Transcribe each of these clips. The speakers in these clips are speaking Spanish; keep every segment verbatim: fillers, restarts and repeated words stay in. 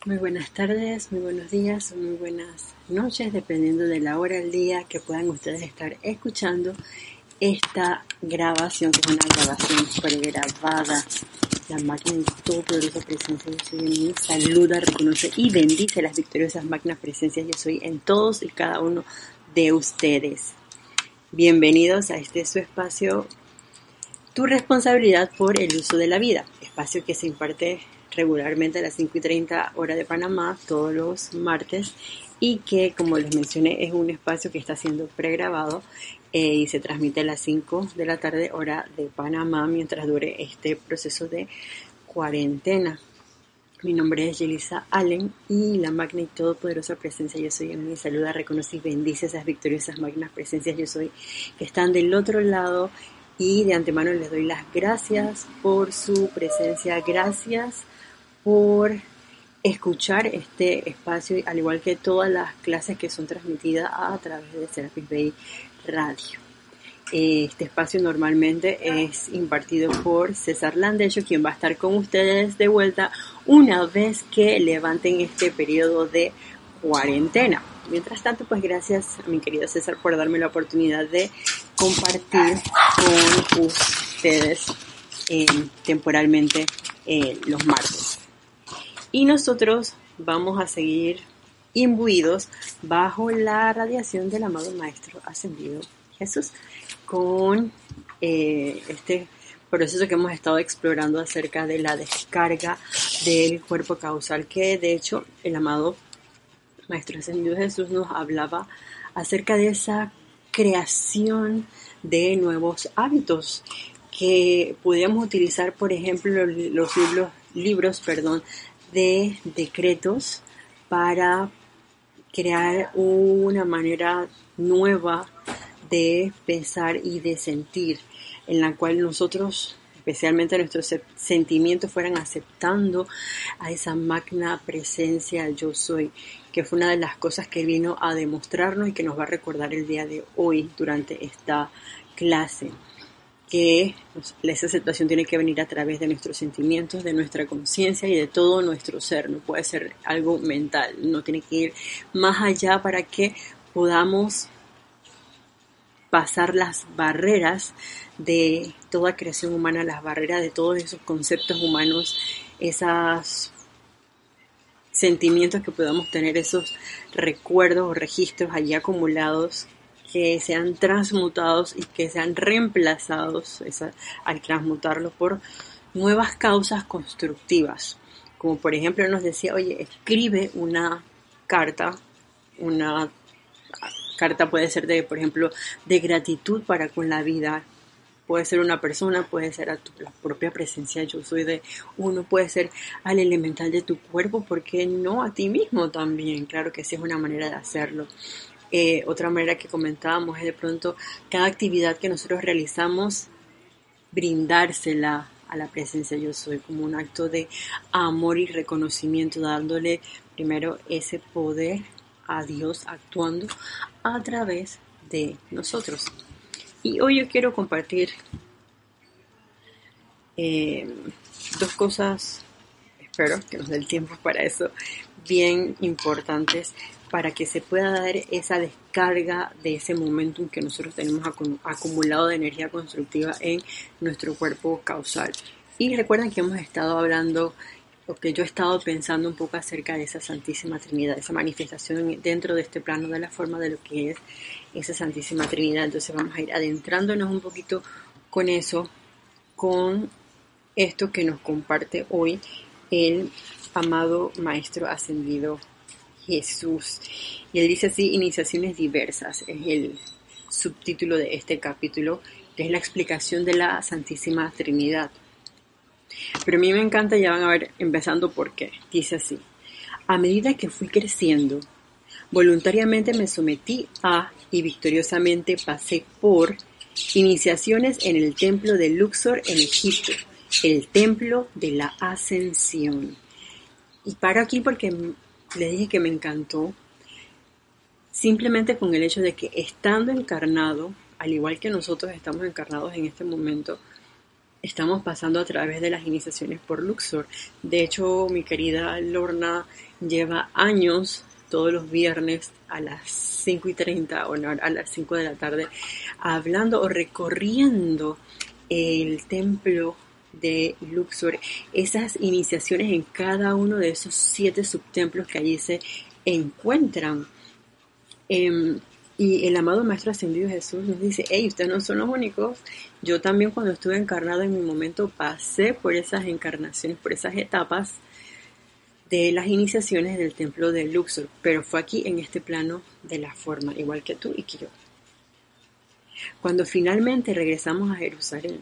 Muy buenas tardes, muy buenos días o muy buenas noches, dependiendo de la hora del día que puedan ustedes estar escuchando esta grabación, que es una grabación pregrabada. La magna y todopoderosa presencia yo soy en mí saluda, reconoce y bendice las victoriosas magnas presencias yo soy en todos y cada uno de ustedes. Bienvenidos a este su espacio, Tu responsabilidad por el uso de la vida, espacio que se imparte regularmente a las cinco y treinta hora de Panamá todos los martes y que, como les mencioné, es un espacio que está siendo pregrabado eh, y se transmite a las cinco de la tarde hora de Panamá mientras dure este proceso de cuarentena. Mi nombre es Yelisa Allen y la magna y todopoderosa presencia yo soy en mí saluda, reconoce y bendice esas victoriosas magnas presencias yo soy que están del otro lado, y de antemano les doy las gracias por su presencia, gracias por escuchar este espacio, al igual que todas las clases que son transmitidas a través de Serapis Bay Radio. Este espacio normalmente es impartido por César Landello, quien va a estar con ustedes de vuelta una vez que levanten este periodo de cuarentena. Mientras tanto, pues gracias a mi querido César por darme la oportunidad de compartir con ustedes eh, temporalmente eh, los martes. Y nosotros vamos a seguir imbuidos bajo la radiación del amado Maestro Ascendido Jesús, con eh, este proceso que hemos estado explorando acerca de la descarga del cuerpo causal, que de hecho el amado Maestro Ascendido Jesús nos hablaba acerca de esa creación de nuevos hábitos que podíamos utilizar, por ejemplo, los libros, libros perdón, de decretos para crear una manera nueva de pensar y de sentir, en la cual nosotros, especialmente nuestros sentimientos, fueran aceptando a esa magna presencia yo soy, que fue una de las cosas que vino a demostrarnos y que nos va a recordar el día de hoy durante esta clase, que esa aceptación tiene que venir a través de nuestros sentimientos, de nuestra conciencia y de todo nuestro ser. No puede ser algo mental, no tiene que ir más allá para que podamos pasar las barreras de toda creación humana, las barreras de todos esos conceptos humanos, esos sentimientos que podamos tener, esos recuerdos o registros allí acumulados, que sean transmutados y que sean reemplazados esa, al transmutarlos por nuevas causas constructivas. Como por ejemplo nos decía, oye, escribe una carta, una carta puede ser de, por ejemplo, de gratitud para con la vida. Puede ser una persona, puede ser a tu la propia presencia yo soy de uno, puede ser al elemental de tu cuerpo, ¿por qué no a ti mismo también? Claro que sí es una manera de hacerlo. Eh, otra manera que comentábamos es de pronto cada actividad que nosotros realizamos, brindársela a la presencia yo soy como un acto de amor y reconocimiento, dándole primero ese poder a Dios actuando a través de nosotros. Y hoy yo quiero compartir eh, dos cosas, espero que nos dé el tiempo para eso, bien importantes, para que se pueda dar esa descarga de ese momentum que nosotros tenemos acumulado de energía constructiva en nuestro cuerpo causal. Y recuerden que hemos estado hablando, o que yo he estado pensando un poco acerca de esa Santísima Trinidad, esa manifestación dentro de este plano de la forma de lo que es esa Santísima Trinidad. Entonces vamos a ir adentrándonos un poquito con eso, con esto que nos comparte hoy el amado Maestro Ascendido Jesús. Y él dice así: iniciaciones diversas, es el subtítulo de este capítulo, que es la explicación de la Santísima Trinidad. Pero a mí me encanta, ya van a ver, empezando por qué. Dice así: a medida que fui creciendo, voluntariamente me sometí a y victoriosamente pasé por iniciaciones en el templo de Luxor en Egipto, el templo de la ascensión. Y paro aquí porque les dije que me encantó, simplemente con el hecho de que estando encarnado, al igual que nosotros estamos encarnados en este momento, estamos pasando a través de las iniciaciones por Luxor. De hecho, mi querida Lorna lleva años todos los viernes a las cinco y treinta o no, a las cinco de la tarde hablando o recorriendo el templo de Luxor, esas iniciaciones en cada uno de esos siete subtemplos que allí se encuentran. Eh, y el amado Maestro Ascendido Jesús nos dice, hey, ustedes no son los únicos. Yo también cuando estuve encarnado en mi momento pasé por esas encarnaciones, por esas etapas de las iniciaciones del templo de Luxor, pero fue aquí en este plano de la forma, igual que tú y que yo. Cuando finalmente regresamos a Jerusalén,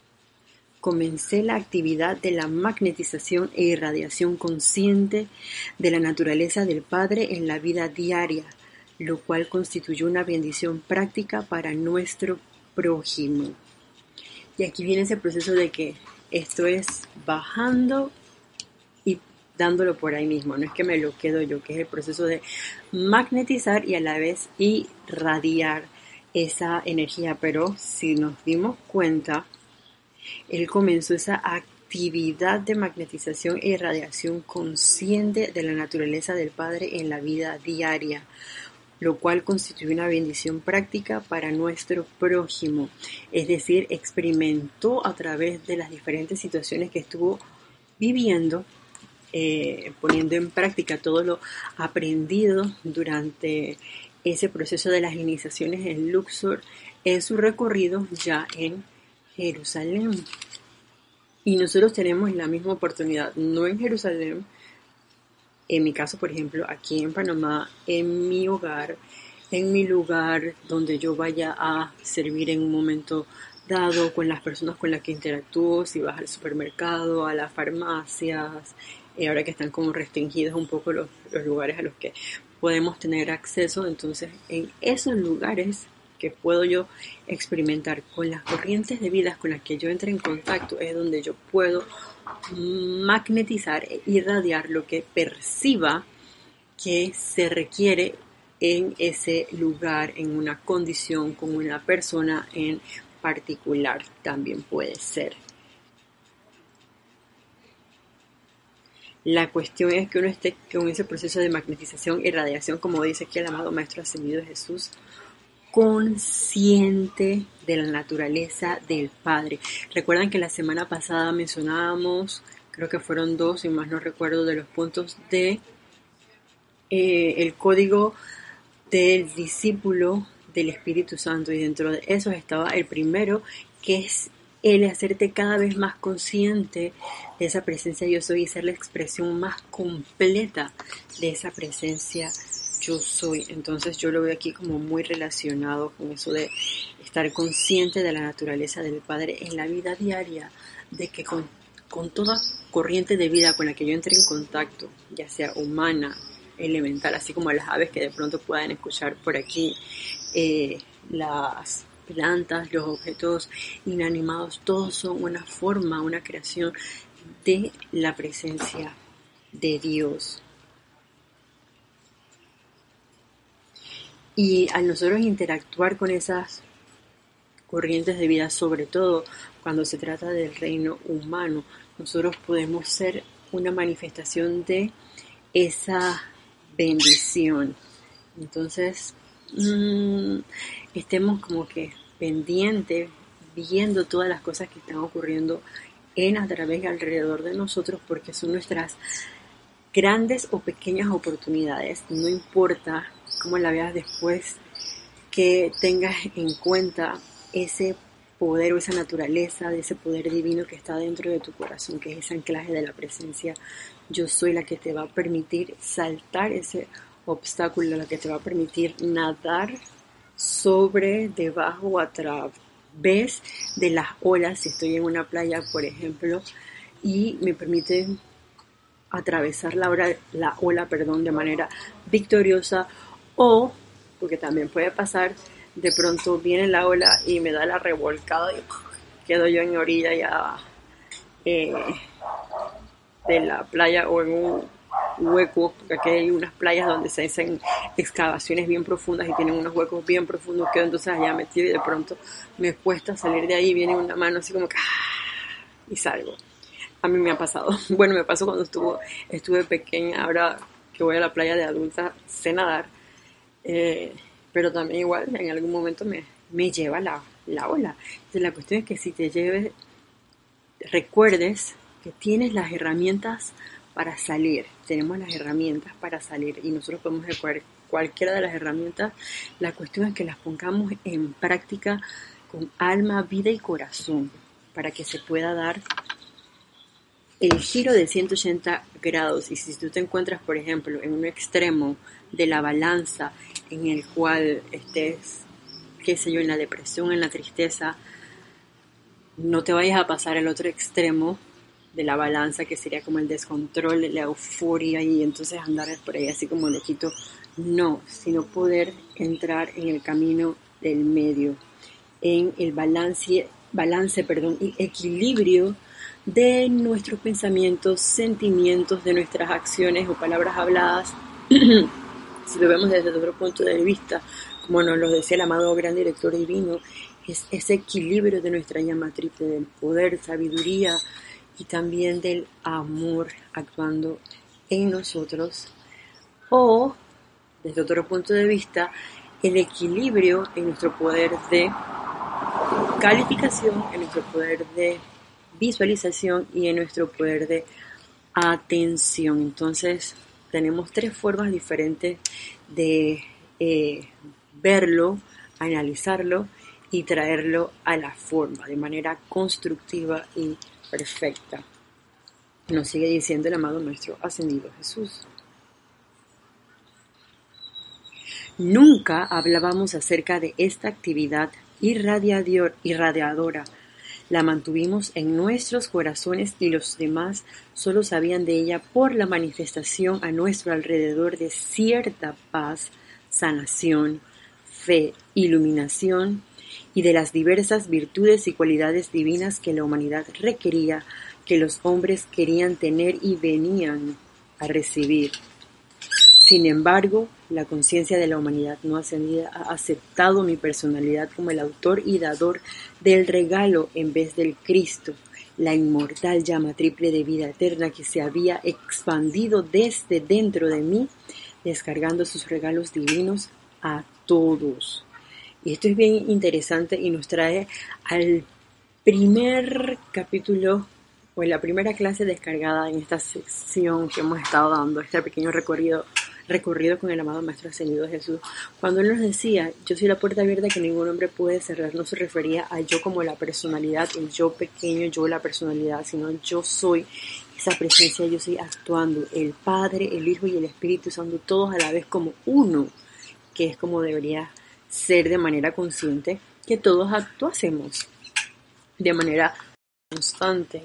comencé la actividad de la magnetización e irradiación consciente de la naturaleza del Padre en la vida diaria, lo cual constituyó una bendición práctica para nuestro prójimo. Y aquí viene ese proceso de que esto es bajando y dándolo por ahí mismo, no es que me lo quedo yo, que es el proceso de magnetizar y a la vez irradiar esa energía. Pero si nos dimos cuenta, él comenzó esa actividad de magnetización e irradiación consciente de la naturaleza del Padre en la vida diaria, lo cual constituye una bendición práctica para nuestro prójimo. Es decir, experimentó a través de las diferentes situaciones que estuvo viviendo, eh, poniendo en práctica todo lo aprendido durante ese proceso de las iniciaciones en Luxor, en su recorrido ya en Jerusalén. Y nosotros tenemos la misma oportunidad, no en Jerusalén, en mi caso, por ejemplo, aquí en Panamá, en mi hogar, en mi lugar donde yo vaya a servir en un momento dado, con las personas con las que interactúo, si vas al supermercado, a las farmacias, eh, ahora que están como restringidos un poco los, los lugares a los que podemos tener acceso. Entonces, en esos lugares que puedo yo experimentar con las corrientes de vida con las que yo entre en contacto, es donde yo puedo magnetizar e irradiar lo que perciba que se requiere en ese lugar, en una condición, con una persona en particular, también puede ser. La cuestión es que uno esté con ese proceso de magnetización y radiación, como dice aquí el amado Maestro Ascendido Jesús, consciente de la naturaleza del Padre. Recuerdan que la semana pasada mencionábamos, creo que fueron dos, si más no recuerdo, de los puntos de eh, el código del discípulo del Espíritu Santo, y dentro de esos estaba el primero, que es el hacerte cada vez más consciente de esa presencia yo soy y ser la expresión más completa de esa presencia yo soy. Entonces yo lo veo aquí como muy relacionado con eso de estar consciente de la naturaleza del Padre en la vida diaria, de que con, con toda corriente de vida con la que yo entre en contacto, ya sea humana, elemental, así como las aves que de pronto puedan escuchar por aquí, eh, las plantas, los objetos inanimados, todos son una forma, una creación de la presencia de Dios. Y al nosotros interactuar con esas corrientes de vida, sobre todo cuando se trata del reino humano, nosotros podemos ser una manifestación de esa bendición. Entonces, mmm, estemos como que pendientes, viendo todas las cosas que están ocurriendo en, a través y alrededor de nosotros, porque son nuestras grandes o pequeñas oportunidades. No importa cómo la veas después, que tengas en cuenta ese poder o esa naturaleza de ese poder divino que está dentro de tu corazón, que es ese anclaje de la presencia yo soy, la que te va a permitir saltar ese obstáculo, la que te va a permitir nadar sobre, debajo o a través de las olas. Si estoy en una playa, por ejemplo, y me permite atravesar la ola, la ola perdón, de manera victoriosa, o, porque también puede pasar, de pronto viene la ola y me da la revolcada y quedo yo en orilla ya eh, de la playa o en un hueco, porque aquí hay unas playas donde se hacen excavaciones bien profundas y tienen unos huecos bien profundos, quedo entonces allá metido y de pronto me cuesta salir de ahí, viene una mano así como que y salgo. A mí me ha pasado. Bueno, me pasó cuando estuvo, estuve pequeña. Ahora que voy a la playa de adulta, sé nadar. Eh, pero también igual, en algún momento me, me lleva la, la ola. Entonces, la cuestión es que si te lleves, recuerdes que tienes las herramientas para salir. Tenemos las herramientas para salir y nosotros podemos recoger cualquiera de las herramientas. La cuestión es que las pongamos en práctica con alma, vida y corazón para que se pueda dar el giro de ciento ochenta grados. Y si tú te encuentras, por ejemplo, en un extremo de la balanza en el cual estés, qué sé yo, en la depresión, en la tristeza, no te vayas a pasar al otro extremo de la balanza, que sería como el descontrol, la euforia, y entonces andar por ahí así como loquito. No, sino poder entrar en el camino del medio, en el balance, balance, perdón, y equilibrio de nuestros pensamientos, sentimientos, de nuestras acciones o palabras habladas. Si lo vemos desde otro punto de vista, como nos lo decía el amado gran director divino, es ese equilibrio de nuestra llama triple, del poder, sabiduría y también del amor actuando en nosotros. O, desde otro punto de vista, el equilibrio en nuestro poder de calificación, en nuestro poder de visualización y en nuestro poder de atención. Entonces, tenemos tres formas diferentes de eh, verlo, analizarlo y traerlo a la forma de manera constructiva y perfecta. Nos sigue diciendo el amado Maestro Ascendido Jesús. Nunca hablábamos acerca de esta actividad irradiador, irradiadora. La mantuvimos en nuestros corazones y los demás solo sabían de ella por la manifestación a nuestro alrededor de cierta paz, sanación, fe, iluminación y de las diversas virtudes y cualidades divinas que la humanidad requería, que los hombres querían tener y venían a recibir. Sin embargo, la conciencia de la humanidad no ascendida ha aceptado mi personalidad como el autor y dador del regalo en vez del Cristo, la inmortal llama triple de vida eterna que se había expandido desde dentro de mí, descargando sus regalos divinos a todos. Y esto es bien interesante y nos trae al primer capítulo o en la primera clase descargada en esta sección que hemos estado dando, este pequeño recorrido recorrido con el amado Maestro Ascendido Jesús. Cuando Él nos decía, yo soy la puerta abierta que ningún hombre puede cerrar, no se refería a yo como la personalidad, el yo pequeño, yo la personalidad, sino yo soy esa presencia, yo soy actuando, el Padre, el Hijo y el Espíritu Santo, todos a la vez como uno, que es como debería ser de manera consciente, que todos actuásemos de manera constante.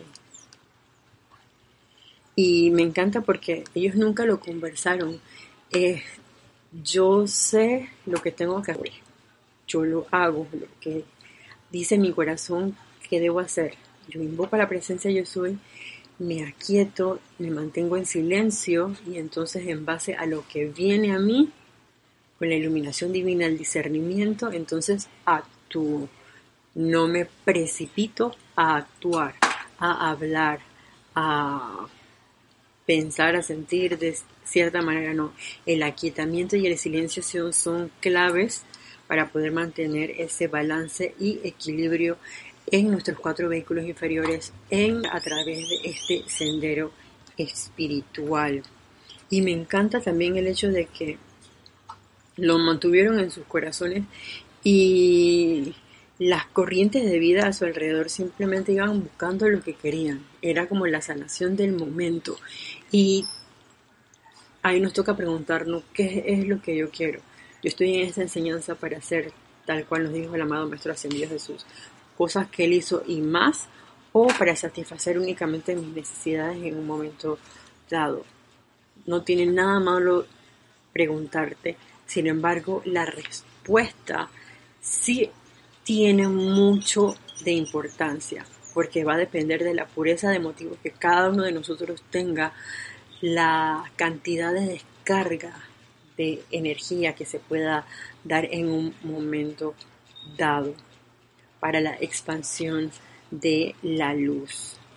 Y me encanta porque ellos nunca lo conversaron. Eh, yo sé lo que tengo que hacer, yo lo hago, lo que dice mi corazón que debo hacer. Yo invoco a la presencia yo soy, me aquieto, me mantengo en silencio y entonces en base a lo que viene a mí, con la iluminación divina, el discernimiento, entonces actúo. No me precipito a actuar, a hablar, a pensar, a sentir de cierta manera, no. El aquietamiento y el silencio son, son claves para poder mantener ese balance y equilibrio en nuestros cuatro vehículos inferiores en, a través de este sendero espiritual. Y me encanta también el hecho de que lo mantuvieron en sus corazones y las corrientes de vida a su alrededor simplemente iban buscando lo que querían. Era como la sanación del momento. Y ahí nos toca preguntarnos qué es lo que yo quiero. Yo estoy en esta enseñanza para hacer tal cual nos dijo el amado Maestro Ascendido Jesús. Cosas que Él hizo y más, o para satisfacer únicamente mis necesidades en un momento dado. No tiene nada malo preguntarte. Sin embargo, la respuesta sí tiene mucho de importancia, porque va a depender de la pureza de motivos que cada uno de nosotros tenga, la cantidad de descarga de energía que se pueda dar en un momento dado para la expansión de la luz.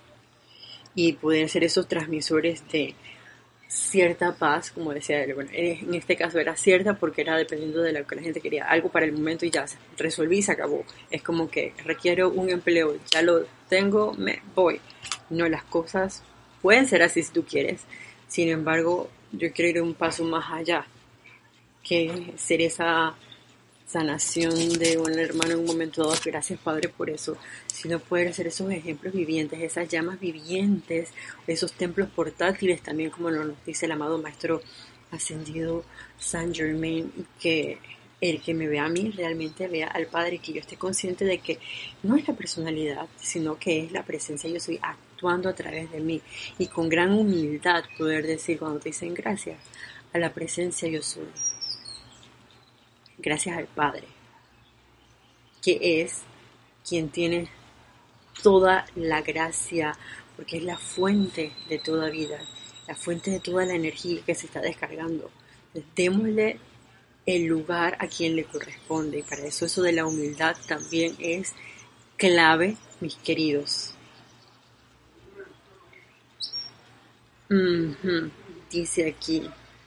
y poder ser esos transmisores de cierta paz, como decía él. Bueno, en este caso era cierta porque era dependiendo de lo que la gente quería, algo para el momento y ya resolví y se acabó. Es como que requiero un empleo, ya lo tengo, me voy. No, las cosas pueden ser así si tú quieres, sin embargo yo quiero ir un paso más allá, que ser esa sanación de un hermano en un momento dado. Gracias, Padre, por eso. Sino poder ser esos ejemplos vivientes, esas llamas vivientes, esos templos portátiles también, como nos dice el amado Maestro Ascendido Saint Germain, y que el que me vea a mí realmente vea al Padre, que yo esté consciente de que no es la personalidad, sino que es la presencia. Yo soy actuando a través de mí, y con gran humildad poder decir, cuando te dicen gracias a la presencia yo soy, gracias al Padre, que es quien tiene toda la gracia, porque es la fuente de toda vida, la fuente de toda la energía que se está descargando. Entonces, démosle el lugar a quien le corresponde, y para eso eso de la humildad también es clave, mis queridos. Uh-huh. Dice aquí,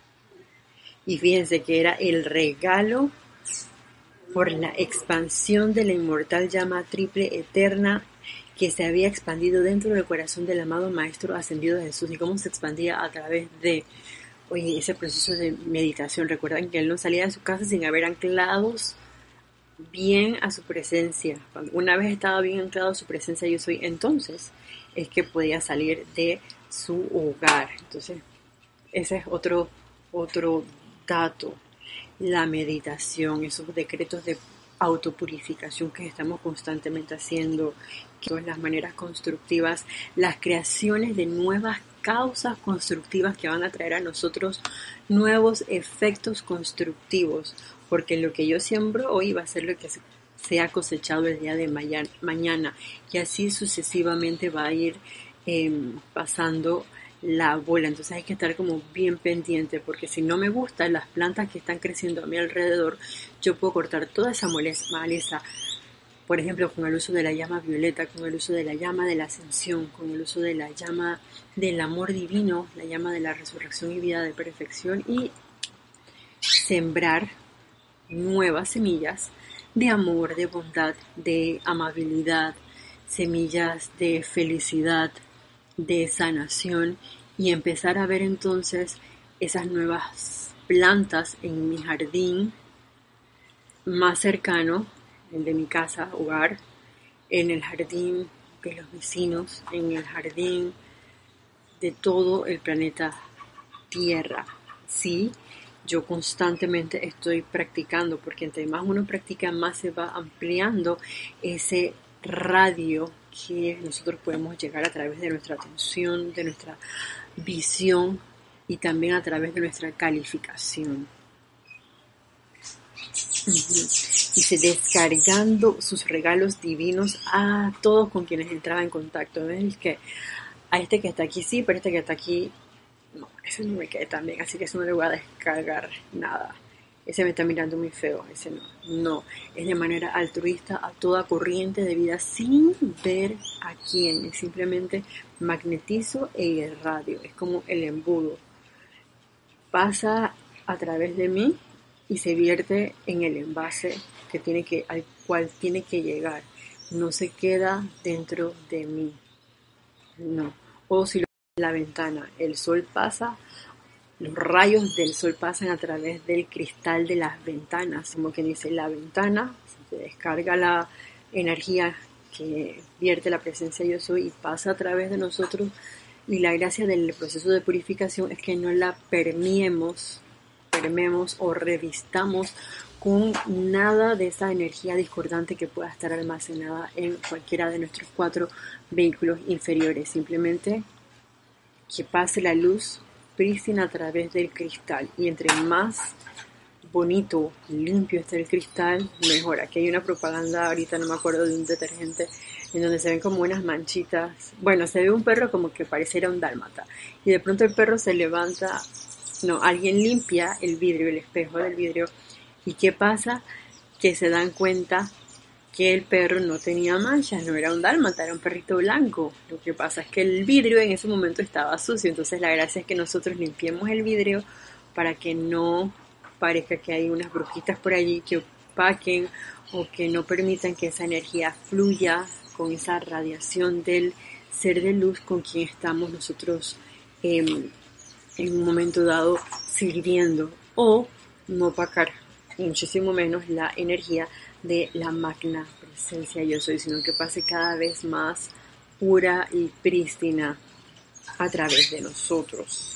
y fíjense que era el regalo por la expansión de la inmortal llama triple eterna que se había expandido dentro del corazón del amado Maestro Ascendido de Jesús, y cómo se expandía a través de, oye, ese proceso de meditación. Recuerdan que él no salía de su casa sin haber anclados bien a su presencia. Cuando una vez estaba bien anclado a su presencia yo soy, entonces es que podía salir de su hogar. Entonces ese es otro, otro dato. La meditación, esos decretos de autopurificación que estamos constantemente haciendo, todas las maneras constructivas, las creaciones de nuevas causas constructivas que van a traer a nosotros nuevos efectos constructivos, porque lo que yo siembro hoy va a ser lo que sea cosechado el día de mañana, y así sucesivamente va a ir eh, pasando la bola. Entonces hay que estar como bien pendiente, porque si no me gustan las plantas que están creciendo a mi alrededor, yo puedo cortar toda esa maleza, por ejemplo, con el uso de la llama violeta, con el uso de la llama de la ascensión, con el uso de la llama del amor divino, la llama de la resurrección y vida de perfección, y sembrar nuevas semillas de amor, de bondad, de amabilidad, semillas de felicidad, de sanación, y empezar a ver entonces esas nuevas plantas en mi jardín más cercano, el de mi casa, hogar, en el jardín de los vecinos, en el jardín de todo el planeta Tierra. Sí, yo constantemente estoy practicando, porque entre más uno practica, más se va ampliando ese radio que nosotros podemos llegar a través de nuestra atención, de nuestra visión, y también a través de nuestra calificación. Uh-huh. Dice, descargando sus regalos divinos a todos con quienes entraba en contacto. ¿Ves? Que a este que está aquí sí, pero este que está aquí no, ese no me queda tan bien, así que eso no le voy a descargar nada. Ese me está mirando muy feo, ese no. No, es de manera altruista a toda corriente de vida, sin ver a quién. Es simplemente magnetizo e irradio. Es como el embudo. Pasa a través de mí y se vierte en el envase que tiene que, al cual tiene que llegar. No se queda dentro de mí. No. O si lo la ventana, el sol pasa, los rayos del sol pasan a través del cristal de las ventanas, como que dice la ventana, se descarga la energía que vierte la presencia yo soy y pasa a través de nosotros, y la gracia del proceso de purificación es que no la permeemos, permeemos o revistamos con nada de esa energía discordante que pueda estar almacenada en cualquiera de nuestros cuatro vehículos inferiores. Simplemente que pase la luz prístina a través del cristal, y entre más bonito, limpio esté el cristal, mejor. Aquí hay una propaganda, ahorita no me acuerdo, de un detergente en donde se ven como unas manchitas. Bueno, se ve un perro como que pareciera un dálmata, y de pronto el perro se levanta, no, alguien limpia el vidrio, el espejo del vidrio, y ¿qué pasa? Que se dan cuenta que el perro no tenía manchas, no era un dálmata, era un perrito blanco. Lo que pasa es que el vidrio en ese momento estaba sucio, entonces la gracia es que nosotros limpiemos el vidrio para que no parezca que hay unas brujitas por allí que opaquen o que no permitan que esa energía fluya con esa radiación del ser de luz con quien estamos nosotros eh, en un momento dado sirviendo, o no opacar muchísimo menos la energía de la magna presencia yo soy, sino que pase cada vez más pura y prístina a través de nosotros.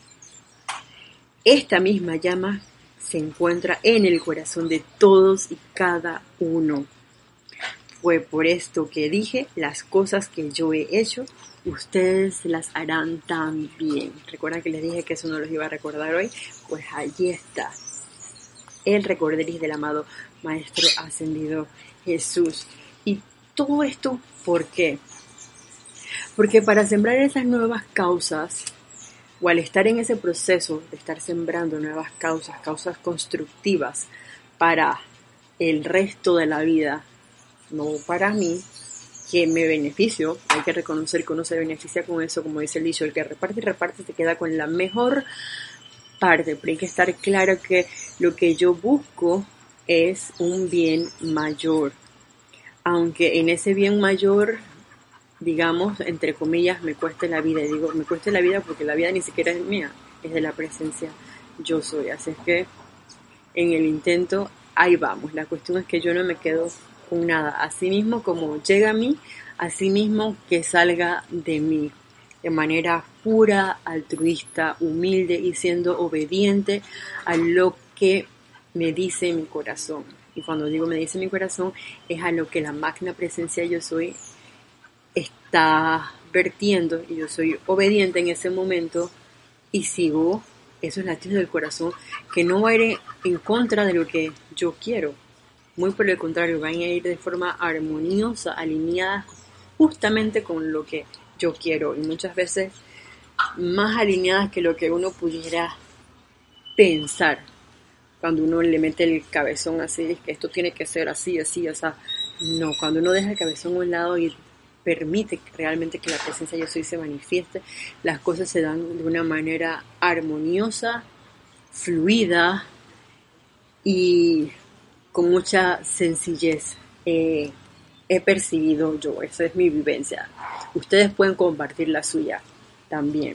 Esta misma llama se encuentra en el corazón de todos y cada uno. Fue por esto que dije, las cosas que yo he hecho, ustedes las harán también. ¿Recuerdan que les dije que eso no los iba a recordar hoy? Pues allí está el recorderis del amado Maestro Ascendido Jesús. Y todo esto, ¿por qué? Porque para sembrar esas nuevas causas, o al estar en ese proceso de estar sembrando nuevas causas, causas constructivas para el resto de la vida, no para mí, que me beneficio, hay que reconocer que uno se beneficia con eso, como dice el dicho, el que reparte y reparte se queda con la mejor parte, pero hay que estar claro que lo que yo busco es un bien mayor, aunque en ese bien mayor, digamos, entre comillas, me cueste la vida, y digo, me cueste la vida porque la vida ni siquiera es mía, es de la presencia yo soy, así es que en el intento, ahí vamos, la cuestión es que yo no me quedo con nada, así mismo como llega a mí, así mismo que salga de mí, de manera pura, altruista, humilde y siendo obediente a lo que me dice mi corazón. Y cuando digo me dice mi corazón, es a lo que la magna presencia yo soy está vertiendo, y yo soy obediente en ese momento y sigo esos latidos del corazón que no van a ir en contra de lo que yo quiero. Muy por el contrario, van a ir de forma armoniosa, alineada justamente con lo que yo quiero, y muchas veces más alineadas que lo que uno pudiera pensar cuando uno le mete el cabezón así, que esto tiene que ser así, así, o sea, no, cuando uno deja el cabezón a un lado y permite realmente que la presencia yo soy se manifieste, las cosas se dan de una manera armoniosa, fluida y con mucha sencillez. Eh, he percibido yo, esa es mi vivencia. Ustedes pueden compartir la suya también.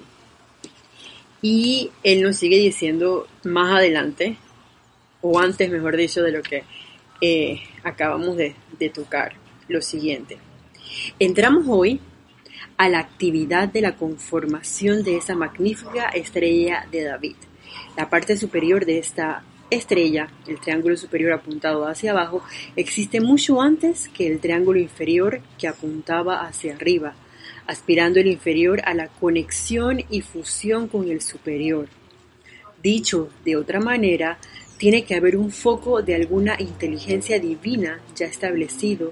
Y él nos sigue diciendo más adelante, o antes mejor dicho, de lo que eh, acabamos de, de tocar, lo siguiente. Entramos hoy a la actividad de la conformación de esa magnífica estrella de David. La parte superior de esta estrella, el triángulo superior apuntado hacia abajo, existe mucho antes que el triángulo inferior que apuntaba hacia arriba, aspirando el inferior a la conexión y fusión con el superior. Dicho de otra manera, tiene que haber un foco de alguna inteligencia divina ya establecido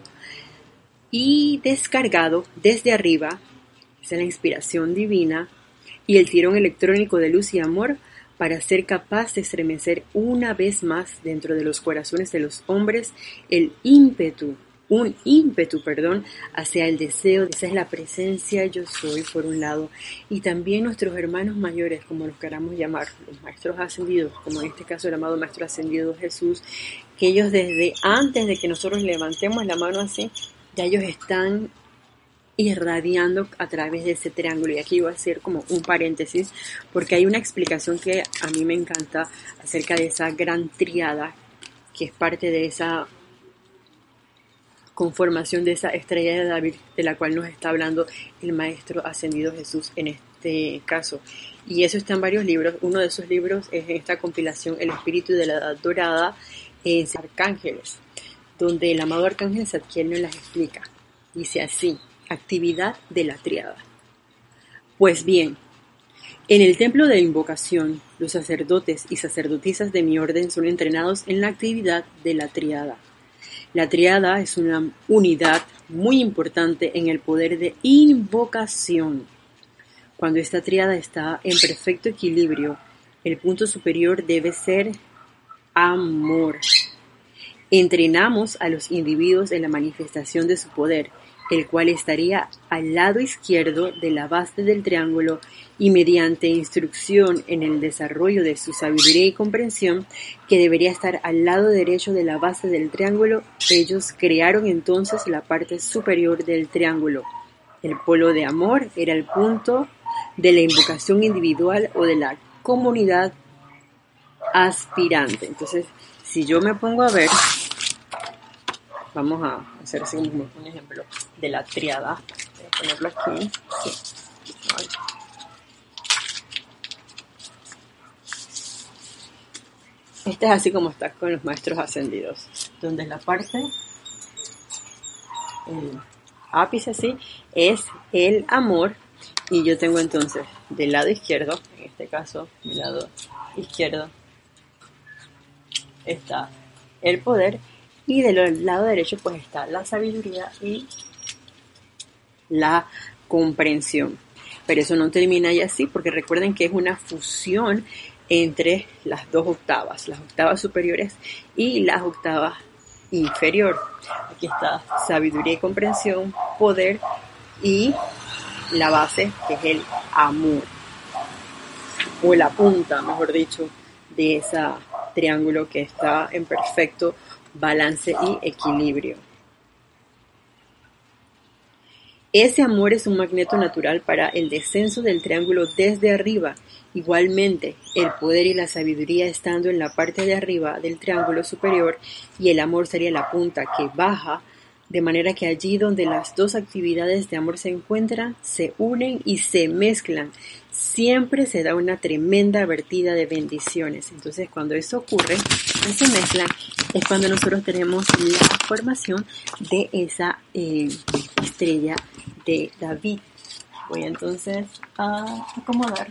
y descargado desde arriba, esa es la inspiración divina, y el tirón electrónico de luz y amor para ser capaz de estremecer una vez más dentro de los corazones de los hombres el ímpetu, un ímpetu, perdón, hacia el deseo, esa es la presencia yo soy por un lado, y también nuestros hermanos mayores, como los queramos llamar, los maestros ascendidos, como en este caso el amado maestro ascendido Jesús, que ellos desde antes de que nosotros levantemos la mano así, ya ellos están irradiando a través de ese triángulo. Y aquí voy a hacer como un paréntesis, porque hay una explicación que a mí me encanta acerca de esa gran tríada, que es parte de esa conformación de esa estrella de David, de la cual nos está hablando el Maestro Ascendido Jesús en este caso. Y eso está en varios libros. Uno de esos libros es en esta compilación, El Espíritu de la Edad Dorada, es Arcángeles, donde el amado Arcángel Zadkiel nos las explica. Dice así: actividad de la tríada. Pues bien, en el templo de invocación, los sacerdotes y sacerdotisas de mi orden son entrenados en la actividad de la tríada. La tríada es una unidad muy importante en el poder de invocación. Cuando esta tríada está en perfecto equilibrio, el punto superior debe ser amor. Entrenamos a los individuos en la manifestación de su poder, el cual estaría al lado izquierdo de la base del triángulo, y mediante instrucción en el desarrollo de su sabiduría y comprensión, que debería estar al lado derecho de la base del triángulo, ellos crearon entonces la parte superior del triángulo. El polo de amor era el punto de la invocación individual o de la comunidad aspirante. Entonces, si yo me pongo a ver, vamos a hacer así como un ejemplo de la triada. Voy a ponerlo aquí. Sí. Vale. Este es así como está con los maestros ascendidos, donde la parte, el ápice así, es el amor, y yo tengo entonces del lado izquierdo, en este caso, del lado izquierdo, está el poder, y del lado derecho pues está la sabiduría y la comprensión. Pero eso no termina ahí así, porque recuerden que es una fusión entre las dos octavas, las octavas superiores y las octavas inferior. Aquí está sabiduría y comprensión, poder y la base, que es el amor, o la punta, mejor dicho, de ese triángulo que está en perfecto balance y equilibrio. Ese amor es un magneto natural para el descenso del triángulo desde arriba. Igualmente, el poder y la sabiduría estando en la parte de arriba del triángulo superior, y el amor sería la punta que baja, de manera que allí donde las dos actividades de amor se encuentran, se unen y se mezclan. Siempre se da una tremenda vertida de bendiciones. Entonces, cuando eso ocurre, y se mezclan, es cuando nosotros tenemos la formación de esa eh, estrella de David. Voy entonces a acomodar.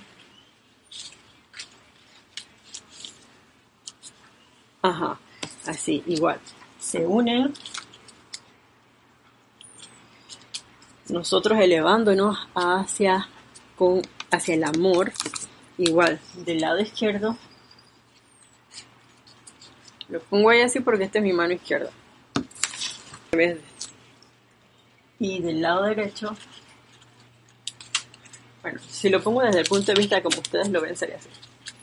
Ajá, así, igual. Se unen. Nosotros elevándonos hacia, con, hacia el amor. Igual, del lado izquierdo. Lo pongo ahí así porque esta es mi mano izquierda. Y del lado derecho, bueno, si lo pongo desde el punto de vista como ustedes lo ven, sería así.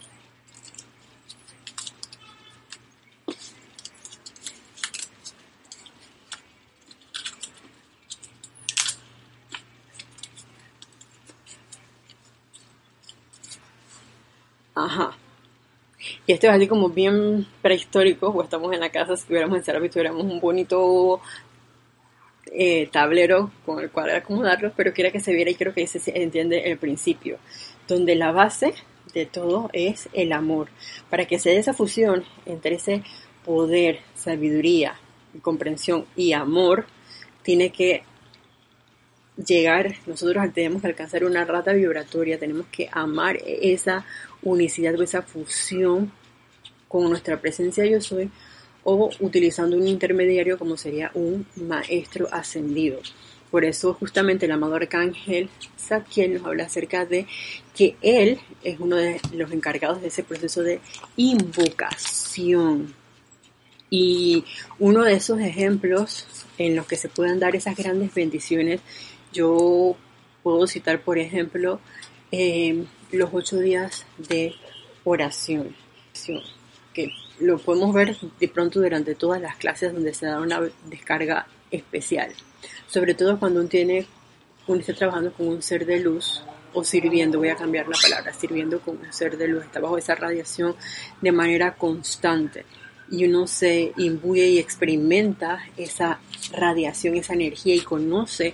Ajá. Y esto es así como bien prehistórico, o estamos en la casa, si estuviéramos en Serapi, tuviéramos un bonito eh, tablero con el cual acomodarlo, pero quiera que se viera, y creo que se entiende el principio, donde la base de todo es el amor. Para que se dé esa fusión entre ese poder, sabiduría, comprensión y amor, tiene que llegar, nosotros tenemos que alcanzar una rata vibratoria, tenemos que amar esa unicidad o esa fusión con nuestra presencia yo soy, o utilizando un intermediario como sería un maestro ascendido. Por eso justamente el amado arcángel Zadkiel nos habla acerca de que él es uno de los encargados de ese proceso de invocación. Y uno de esos ejemplos en los que se puedan dar esas grandes bendiciones, yo puedo citar, por ejemplo, eh, los ocho días de oración, que lo podemos ver de pronto durante todas las clases donde se da una descarga especial, sobre todo cuando uno tiene, uno está trabajando con un ser de luz, o sirviendo, voy a cambiar la palabra, sirviendo con un ser de luz, está bajo esa radiación de manera constante, y uno se imbuye y experimenta esa radiación, esa energía, y conoce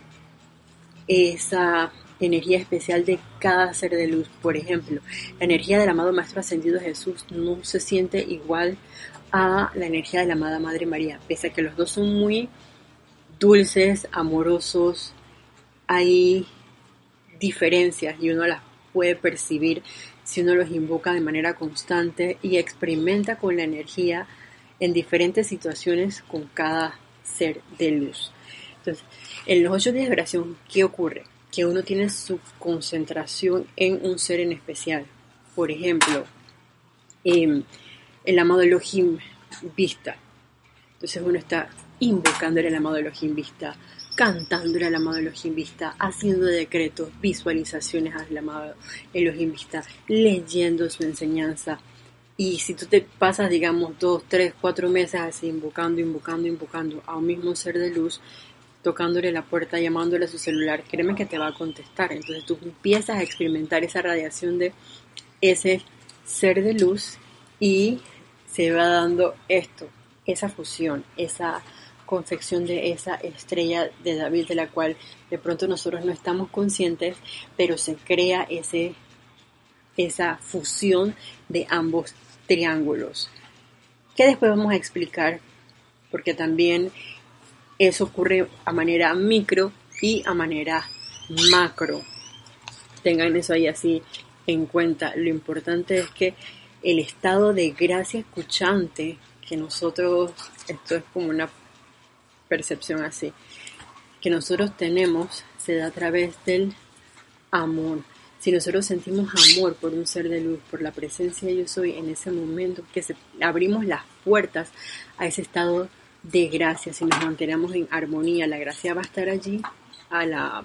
esa energía especial de cada ser de luz. Por ejemplo, la energía del amado Maestro Ascendido Jesús no se siente igual a la energía de la amada Madre María, pese a que los dos son muy dulces, amorosos. Hay diferencias y uno las puede percibir si uno los invoca de manera constante y experimenta con la energía en diferentes situaciones con cada ser de luz. Entonces, en los ocho días de oración, ¿qué ocurre? Que uno tiene su concentración en un ser en especial. Por ejemplo, eh, el amado Elohim Vista. Entonces uno está invocándole al amado Elohim Vista, cantándole al amado Elohim Vista, haciendo decretos, visualizaciones al amado Elohim Vista, leyendo su enseñanza. Y si tú te pasas, digamos, dos, tres, cuatro meses así, invocando, invocando, invocando a un mismo ser de luz, tocándole la puerta, llamándole a su celular, créeme que te va a contestar. Entonces tú empiezas a experimentar esa radiación de ese ser de luz y se va dando esto, esa fusión, esa confección de esa estrella de David, de la cual de pronto nosotros no estamos conscientes, pero se crea ese, esa fusión de ambos triángulos, que después vamos a explicar, porque también eso ocurre a manera micro y a manera macro. Tengan eso ahí así en cuenta. Lo importante es que el estado de gracia escuchante, que nosotros, esto es como una percepción así, que nosotros tenemos, se da a través del amor. Si nosotros sentimos amor por un ser de luz, por la presencia de yo soy, en ese momento que se, abrimos las puertas a ese estado de gracia, si nos mantenemos en armonía, la gracia va a estar allí a la,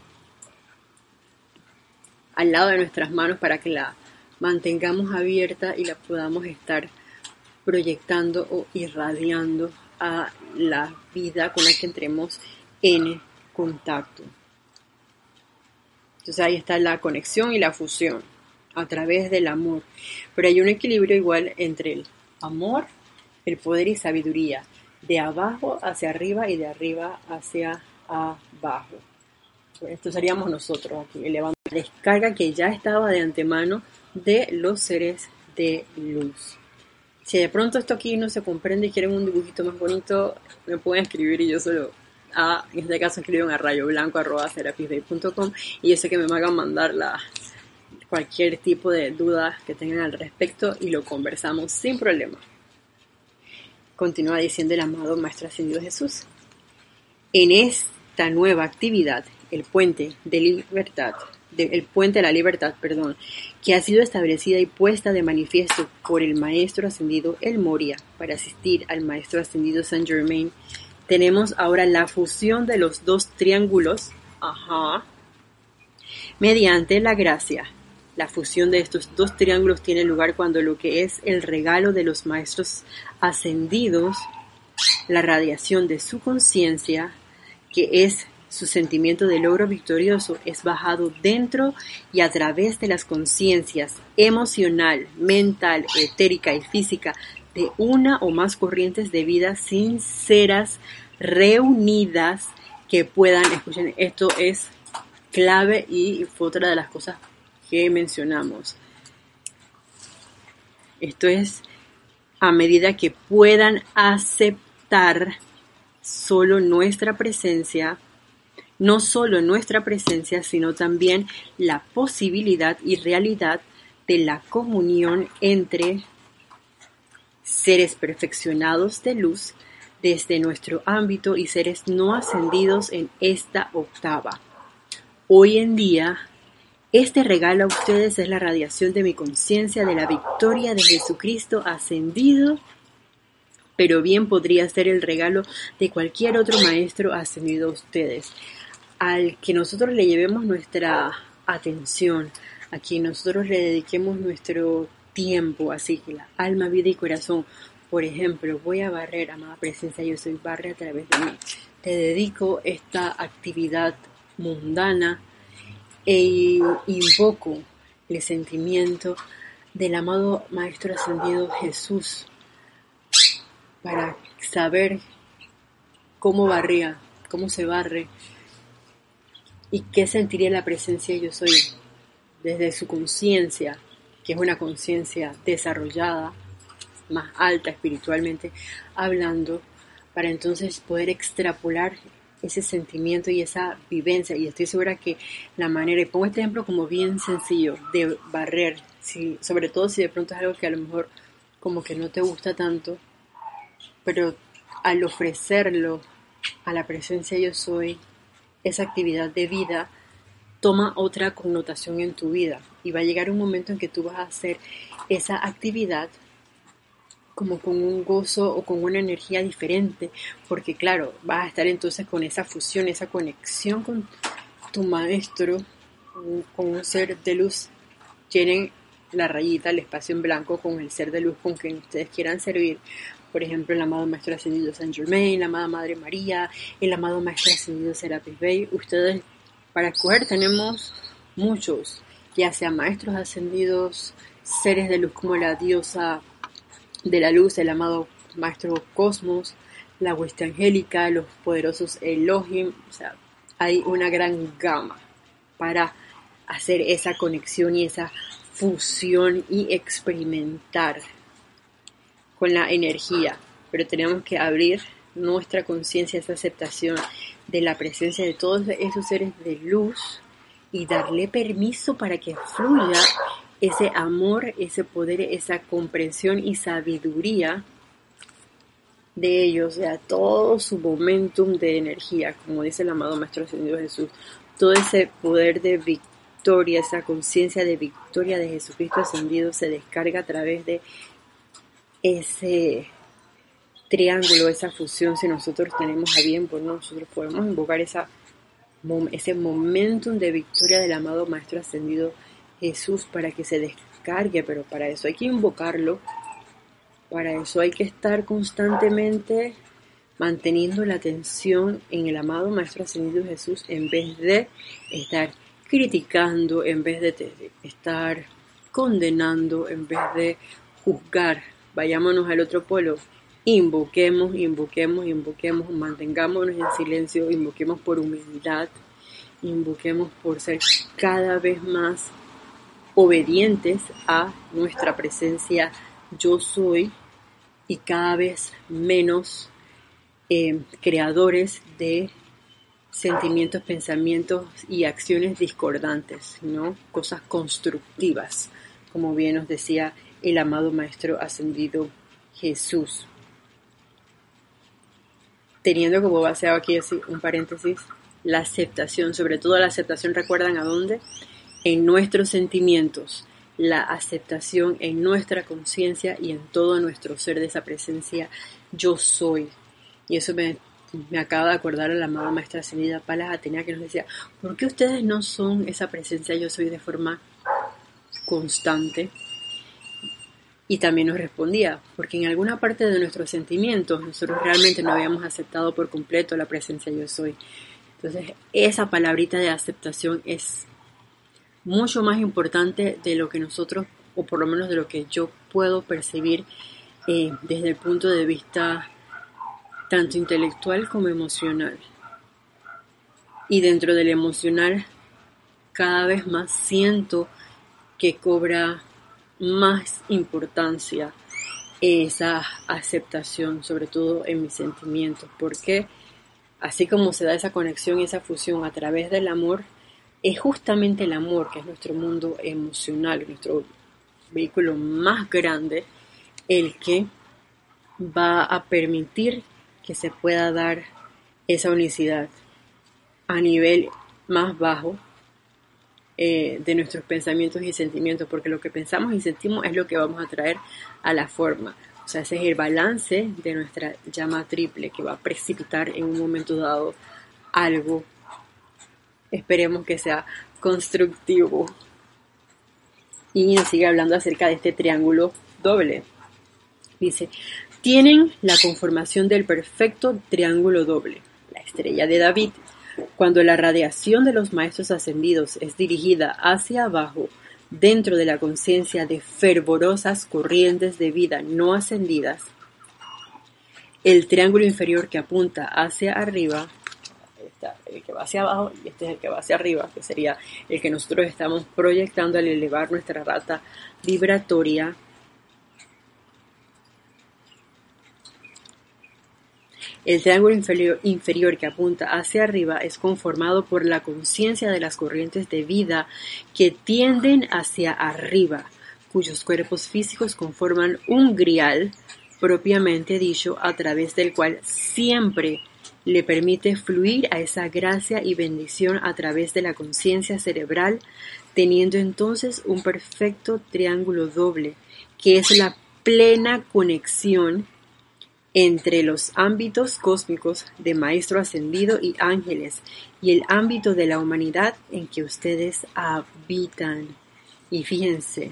al lado de nuestras manos para que la mantengamos abierta y la podamos estar proyectando o irradiando a la vida con la que entremos en contacto. Entonces ahí está la conexión y la fusión a través del amor. Pero hay un equilibrio igual entre el amor, el poder y sabiduría, de abajo hacia arriba y de arriba hacia abajo. Esto seríamos nosotros aquí, elevando la descarga que ya estaba de antemano de los seres de luz. Si de pronto esto aquí no se comprende y quieren un dibujito más bonito, me pueden escribir y yo solo... A, en este caso escriben a rayoblanco arroba serapisbay punto com y yo sé que me van a mandar la, cualquier tipo de duda que tengan al respecto y lo conversamos sin problema. Continúa diciendo el amado Maestro Ascendido Jesús. En esta nueva actividad, el puente de libertad, de, el puente de la libertad, perdón, que ha sido establecida y puesta de manifiesto por el Maestro Ascendido El Moria para asistir al Maestro Ascendido Saint Germain, tenemos ahora la fusión de los dos triángulos, ajá, mediante la gracia. La fusión de estos dos triángulos tiene lugar cuando lo que es el regalo de los maestros ascendidos, la radiación de su conciencia, que es su sentimiento de logro victorioso, es bajado dentro y a través de las conciencias emocional, mental, etérica y física de una o más corrientes de vida sinceras, reunidas, que puedan, escuchen, esto es clave y fue otra de las cosas que mencionamos. Esto es a medida que puedan aceptar solo nuestra presencia, no solo nuestra presencia, sino también la posibilidad y realidad de la comunión entre seres perfeccionados de luz desde nuestro ámbito y seres no ascendidos en esta octava. Hoy en día, este regalo a ustedes es la radiación de mi conciencia de la victoria de Jesucristo ascendido, pero bien podría ser el regalo de cualquier otro maestro ascendido a ustedes, al que nosotros le llevemos nuestra atención, a quien nosotros le dediquemos nuestro tiempo, así que la alma, vida y corazón. Por ejemplo, voy a barrer, amada presencia, yo soy, barre a través de mí. Te dedico esta actividad mundana e invoco el sentimiento del amado Maestro Ascendido Jesús para saber cómo barría, cómo se barre y qué sentiría la presencia yo soy desde su conciencia, que es una conciencia desarrollada, más alta espiritualmente hablando, para entonces poder extrapolar ese sentimiento y esa vivencia. Y estoy segura que la manera, y pongo este ejemplo como bien sencillo, de barrer, si, sobre todo si de pronto es algo que a lo mejor como que no te gusta tanto, pero al ofrecerlo a la presencia yo soy, esa actividad de vida toma otra connotación en tu vida y va a llegar un momento en que tú vas a hacer esa actividad como con un gozo o con una energía diferente, porque claro, vas a estar entonces con esa fusión, esa conexión con tu maestro, con un ser de luz. Llenen la rayita, el espacio en blanco con el ser de luz con quien ustedes quieran servir. Por ejemplo, el amado Maestro Ascendido Saint Germain, la amada Madre María, el amado Maestro Ascendido Serapis Bey. Ustedes, para escoger, tenemos muchos, ya sea maestros ascendidos, seres de luz como la diosa de la luz, el amado Maestro Cosmos, la hueste angélica, los poderosos Elohim. O sea, hay una gran gama para hacer esa conexión y esa fusión y experimentar con la energía, pero tenemos que abrir nuestra conciencia a esa aceptación de la presencia de todos esos seres de luz y darle permiso para que fluya ese amor, ese poder, esa comprensión y sabiduría de ellos, o sea, todo su momentum de energía, como dice el amado Maestro Ascendido Jesús, todo ese poder de victoria, esa conciencia de victoria de Jesucristo ascendido se descarga a través de ese triángulo, esa fusión. Si nosotros tenemos a bien, pues nosotros podemos invocar esa, ese momentum de victoria del amado Maestro Ascendido Jesús para que se descargue, pero para eso hay que invocarlo, para eso hay que estar constantemente manteniendo la atención en el amado Maestro Ascendido Jesús en vez de estar criticando, en vez de estar condenando, en vez de juzgar. Vayámonos al otro polo, invoquemos, invoquemos, invoquemos, mantengámonos en silencio, invoquemos por humildad, invoquemos por ser cada vez más obedientes a nuestra presencia yo soy y cada vez menos eh, creadores de sentimientos, pensamientos y acciones discordantes, ¿no? Cosas constructivas, como bien nos decía el amado Maestro Ascendido Jesús. Teniendo como base aquí un paréntesis, la aceptación, sobre todo la aceptación, ¿recuerdan a dónde? En nuestros sentimientos, la aceptación en nuestra conciencia y en todo nuestro ser de esa presencia yo soy. Y eso me, me acaba de acordar a la amada Maestra Ascendida Palas Atenea, que nos decía, ¿por qué ustedes no son esa presencia yo soy de forma constante? Y también nos respondía, porque en alguna parte de nuestros sentimientos nosotros realmente no habíamos aceptado por completo la presencia yo soy. Entonces esa palabrita de aceptación es mucho más importante de lo que nosotros, o por lo menos de lo que yo puedo percibir eh, desde el punto de vista tanto intelectual como emocional. Y dentro del emocional cada vez más siento que cobra más importancia esa aceptación, sobre todo en mis sentimientos, porque así como se da esa conexión y esa fusión a través del amor, es justamente el amor, que es nuestro mundo emocional, nuestro vehículo más grande, el que va a permitir que se pueda dar esa unicidad a nivel más bajo eh, de nuestros pensamientos y sentimientos, porque lo que pensamos y sentimos es lo que vamos a traer a la forma. O sea, ese es el balance de nuestra llama triple que va a precipitar en un momento dado algo. Esperemos que sea constructivo. Y nos sigue hablando acerca de este triángulo doble. Dice, tienen la conformación del perfecto triángulo doble, la estrella de David. Cuando la radiación de los maestros ascendidos es dirigida hacia abajo, dentro de la conciencia de fervorosas corrientes de vida no ascendidas, el triángulo inferior que apunta hacia arriba, está el que va hacia abajo y este es el que va hacia arriba, que sería el que nosotros estamos proyectando al elevar nuestra rata vibratoria. El triángulo inferior, inferior que apunta hacia arriba es conformado por la conciencia de las corrientes de vida que tienden hacia arriba, cuyos cuerpos físicos conforman un grial propiamente dicho, a través del cual siempre le permite fluir a esa gracia y bendición a través de la conciencia cerebral, teniendo entonces un perfecto triángulo doble, que es la plena conexión entre los ámbitos cósmicos de Maestro Ascendido y ángeles y el ámbito de la humanidad en que ustedes habitan. Y fíjense,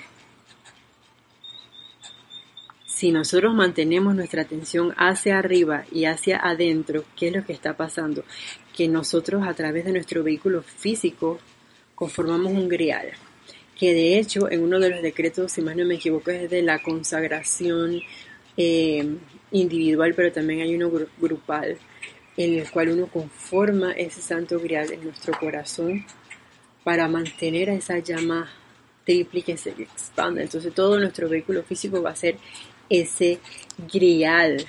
si nosotros mantenemos nuestra atención hacia arriba y hacia adentro, ¿qué es lo que está pasando? Que nosotros a través de nuestro vehículo físico conformamos un grial, que de hecho en uno de los decretos, si más no me equivoco, es de la consagración eh, individual, pero también hay uno gru- grupal, en el cual uno conforma ese santo grial en nuestro corazón para mantener a esa llama triple que se expanda. Entonces todo nuestro vehículo físico va a ser ese grial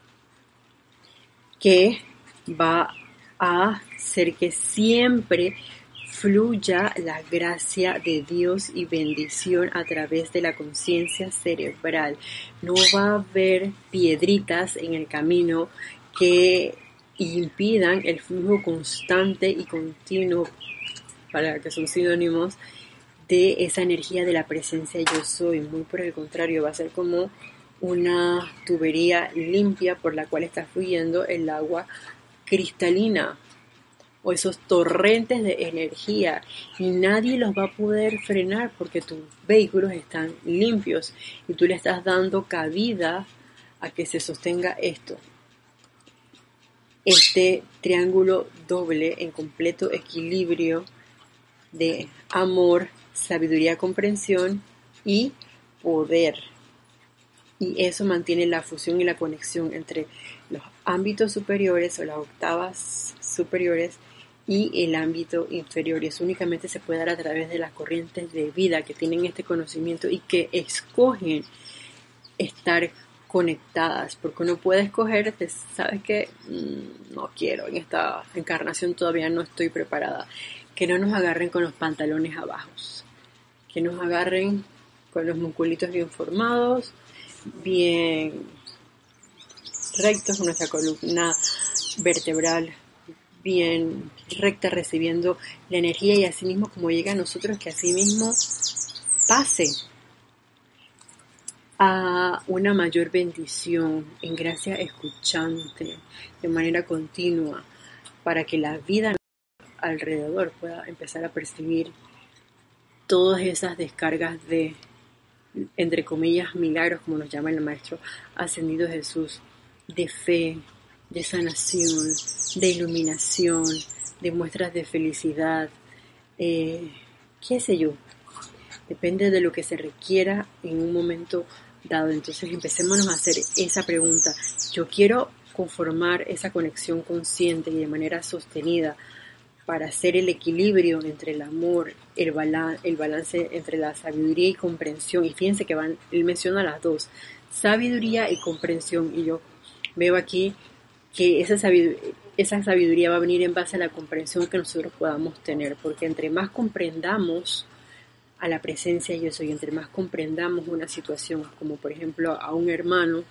que va a hacer que siempre fluya la gracia de Dios y bendición a través de la conciencia cerebral. No va a haber piedritas en el camino que impidan el flujo constante y continuo, para que son sinónimos, de esa energía de la presencia yo soy. Muy por el contrario, va a ser como una tubería limpia por la cual está fluyendo el agua cristalina o esos torrentes de energía, y nadie los va a poder frenar porque tus vehículos están limpios y tú le estás dando cabida a que se sostenga esto. Este triángulo doble en completo equilibrio de amor, sabiduría, comprensión y poder. Y eso mantiene la fusión y la conexión entre los ámbitos superiores o las octavas superiores y el ámbito inferior. Y eso únicamente se puede dar a través de las corrientes de vida que tienen este conocimiento y que escogen estar conectadas. Porque uno puede escoger, ¿sabes qué? Mm, no quiero, en esta encarnación todavía no estoy preparada. Que no nos agarren con los pantalones abajo, que nos agarren con los musculitos bien formados, bien rectos, con nuestra columna vertebral bien recta, recibiendo la energía, y así mismo como llega a nosotros, que así mismo pase a una mayor bendición en gracia escuchante de manera continua, para que la vida alrededor pueda empezar a percibir todas esas descargas de, entre comillas, milagros, como nos llama el Maestro Ascendido Jesús, de fe, de sanación, de iluminación, de muestras de felicidad, eh, qué sé yo, depende de lo que se requiera en un momento dado. Entonces empecémonos a hacer esa pregunta. Yo quiero conformar esa conexión consciente y de manera sostenida para hacer el equilibrio entre el amor, el, balan- el balance entre la sabiduría y comprensión. Y fíjense que van, él menciona las dos, sabiduría y comprensión. Y yo veo aquí que esa sabiduría, esa sabiduría va a venir en base a la comprensión que nosotros podamos tener. Porque entre más comprendamos a la presencia yo soy, entre más comprendamos una situación, como por ejemplo a un hermano,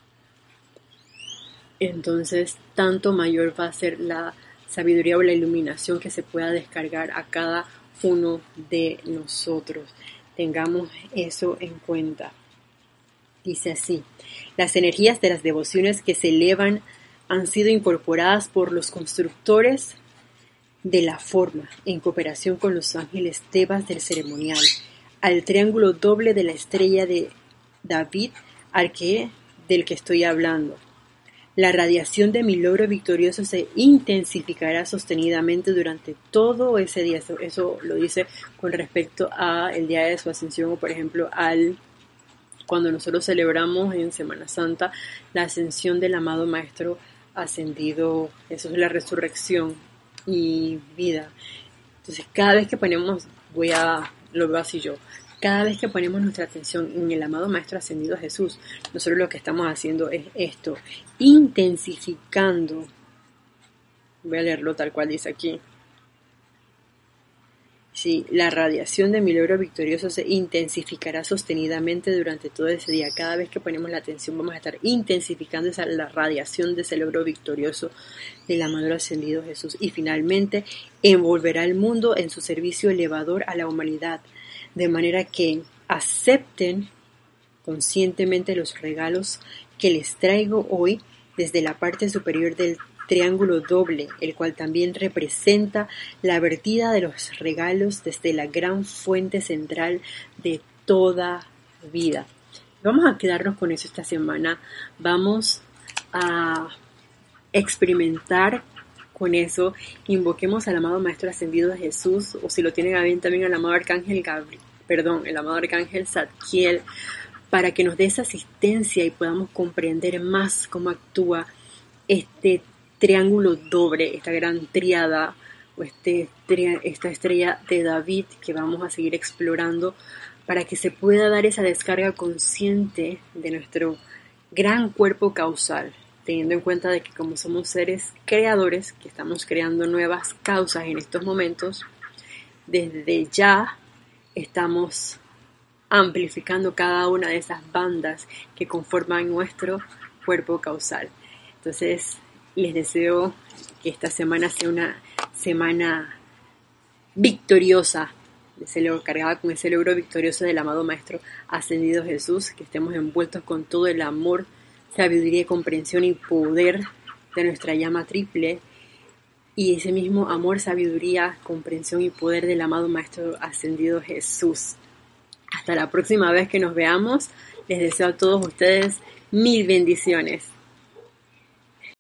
entonces tanto mayor va a ser la sabiduría o la iluminación que se pueda descargar a cada uno de nosotros. Tengamos eso en cuenta. Dice así: las energías de las devociones que se elevan han sido incorporadas por los constructores de la forma, en cooperación con los ángeles Tebas del ceremonial, al triángulo doble de la estrella de David, al que, del que estoy hablando. La radiación de mi logro victorioso se intensificará sostenidamente durante todo ese día. Eso, eso lo dice con respecto al día de su ascensión, o por ejemplo al cuando nosotros celebramos en Semana Santa la ascensión del amado Maestro Ascendido. Eso es la resurrección y vida. Entonces cada vez que ponemos, voy a, lo veo así yo, cada vez que ponemos nuestra atención en el amado Maestro Ascendido Jesús, nosotros lo que estamos haciendo es esto, intensificando, voy a leerlo tal cual dice aquí, sí, la radiación de mi logro victorioso se intensificará sostenidamente durante todo ese día. Cada vez que ponemos la atención vamos a estar intensificando esa, la radiación de ese logro victorioso del amado Ascendido Jesús, y finalmente envolverá el mundo en su servicio elevador a la humanidad, de manera que acepten conscientemente los regalos que les traigo hoy desde la parte superior del triángulo doble, el cual también representa la vertida de los regalos desde la gran fuente central de toda vida. Vamos a quedarnos con eso esta semana. Vamos a experimentar con eso. Invoquemos al amado Maestro Ascendido de Jesús, o si lo tienen a bien también al amado Arcángel Gabriel, perdón, el amado Arcángel Zadkiel, para que nos dé esa asistencia y podamos comprender más cómo actúa este triángulo doble, esta gran tríada o este, esta estrella de David que vamos a seguir explorando, para que se pueda dar esa descarga consciente de nuestro gran cuerpo causal, teniendo en cuenta de que como somos seres creadores, que estamos creando nuevas causas en estos momentos, desde ya estamos amplificando cada una de esas bandas que conforman nuestro cuerpo causal. Entonces, les deseo que esta semana sea una semana victoriosa, cargada con ese logro victorioso del amado Maestro Ascendido Jesús, que estemos envueltos con todo el amor, sabiduría, comprensión y poder de nuestra llama triple, y ese mismo amor, sabiduría, comprensión y poder del amado Maestro Ascendido Jesús. Hasta la próxima vez que nos veamos, les deseo a todos ustedes mil bendiciones.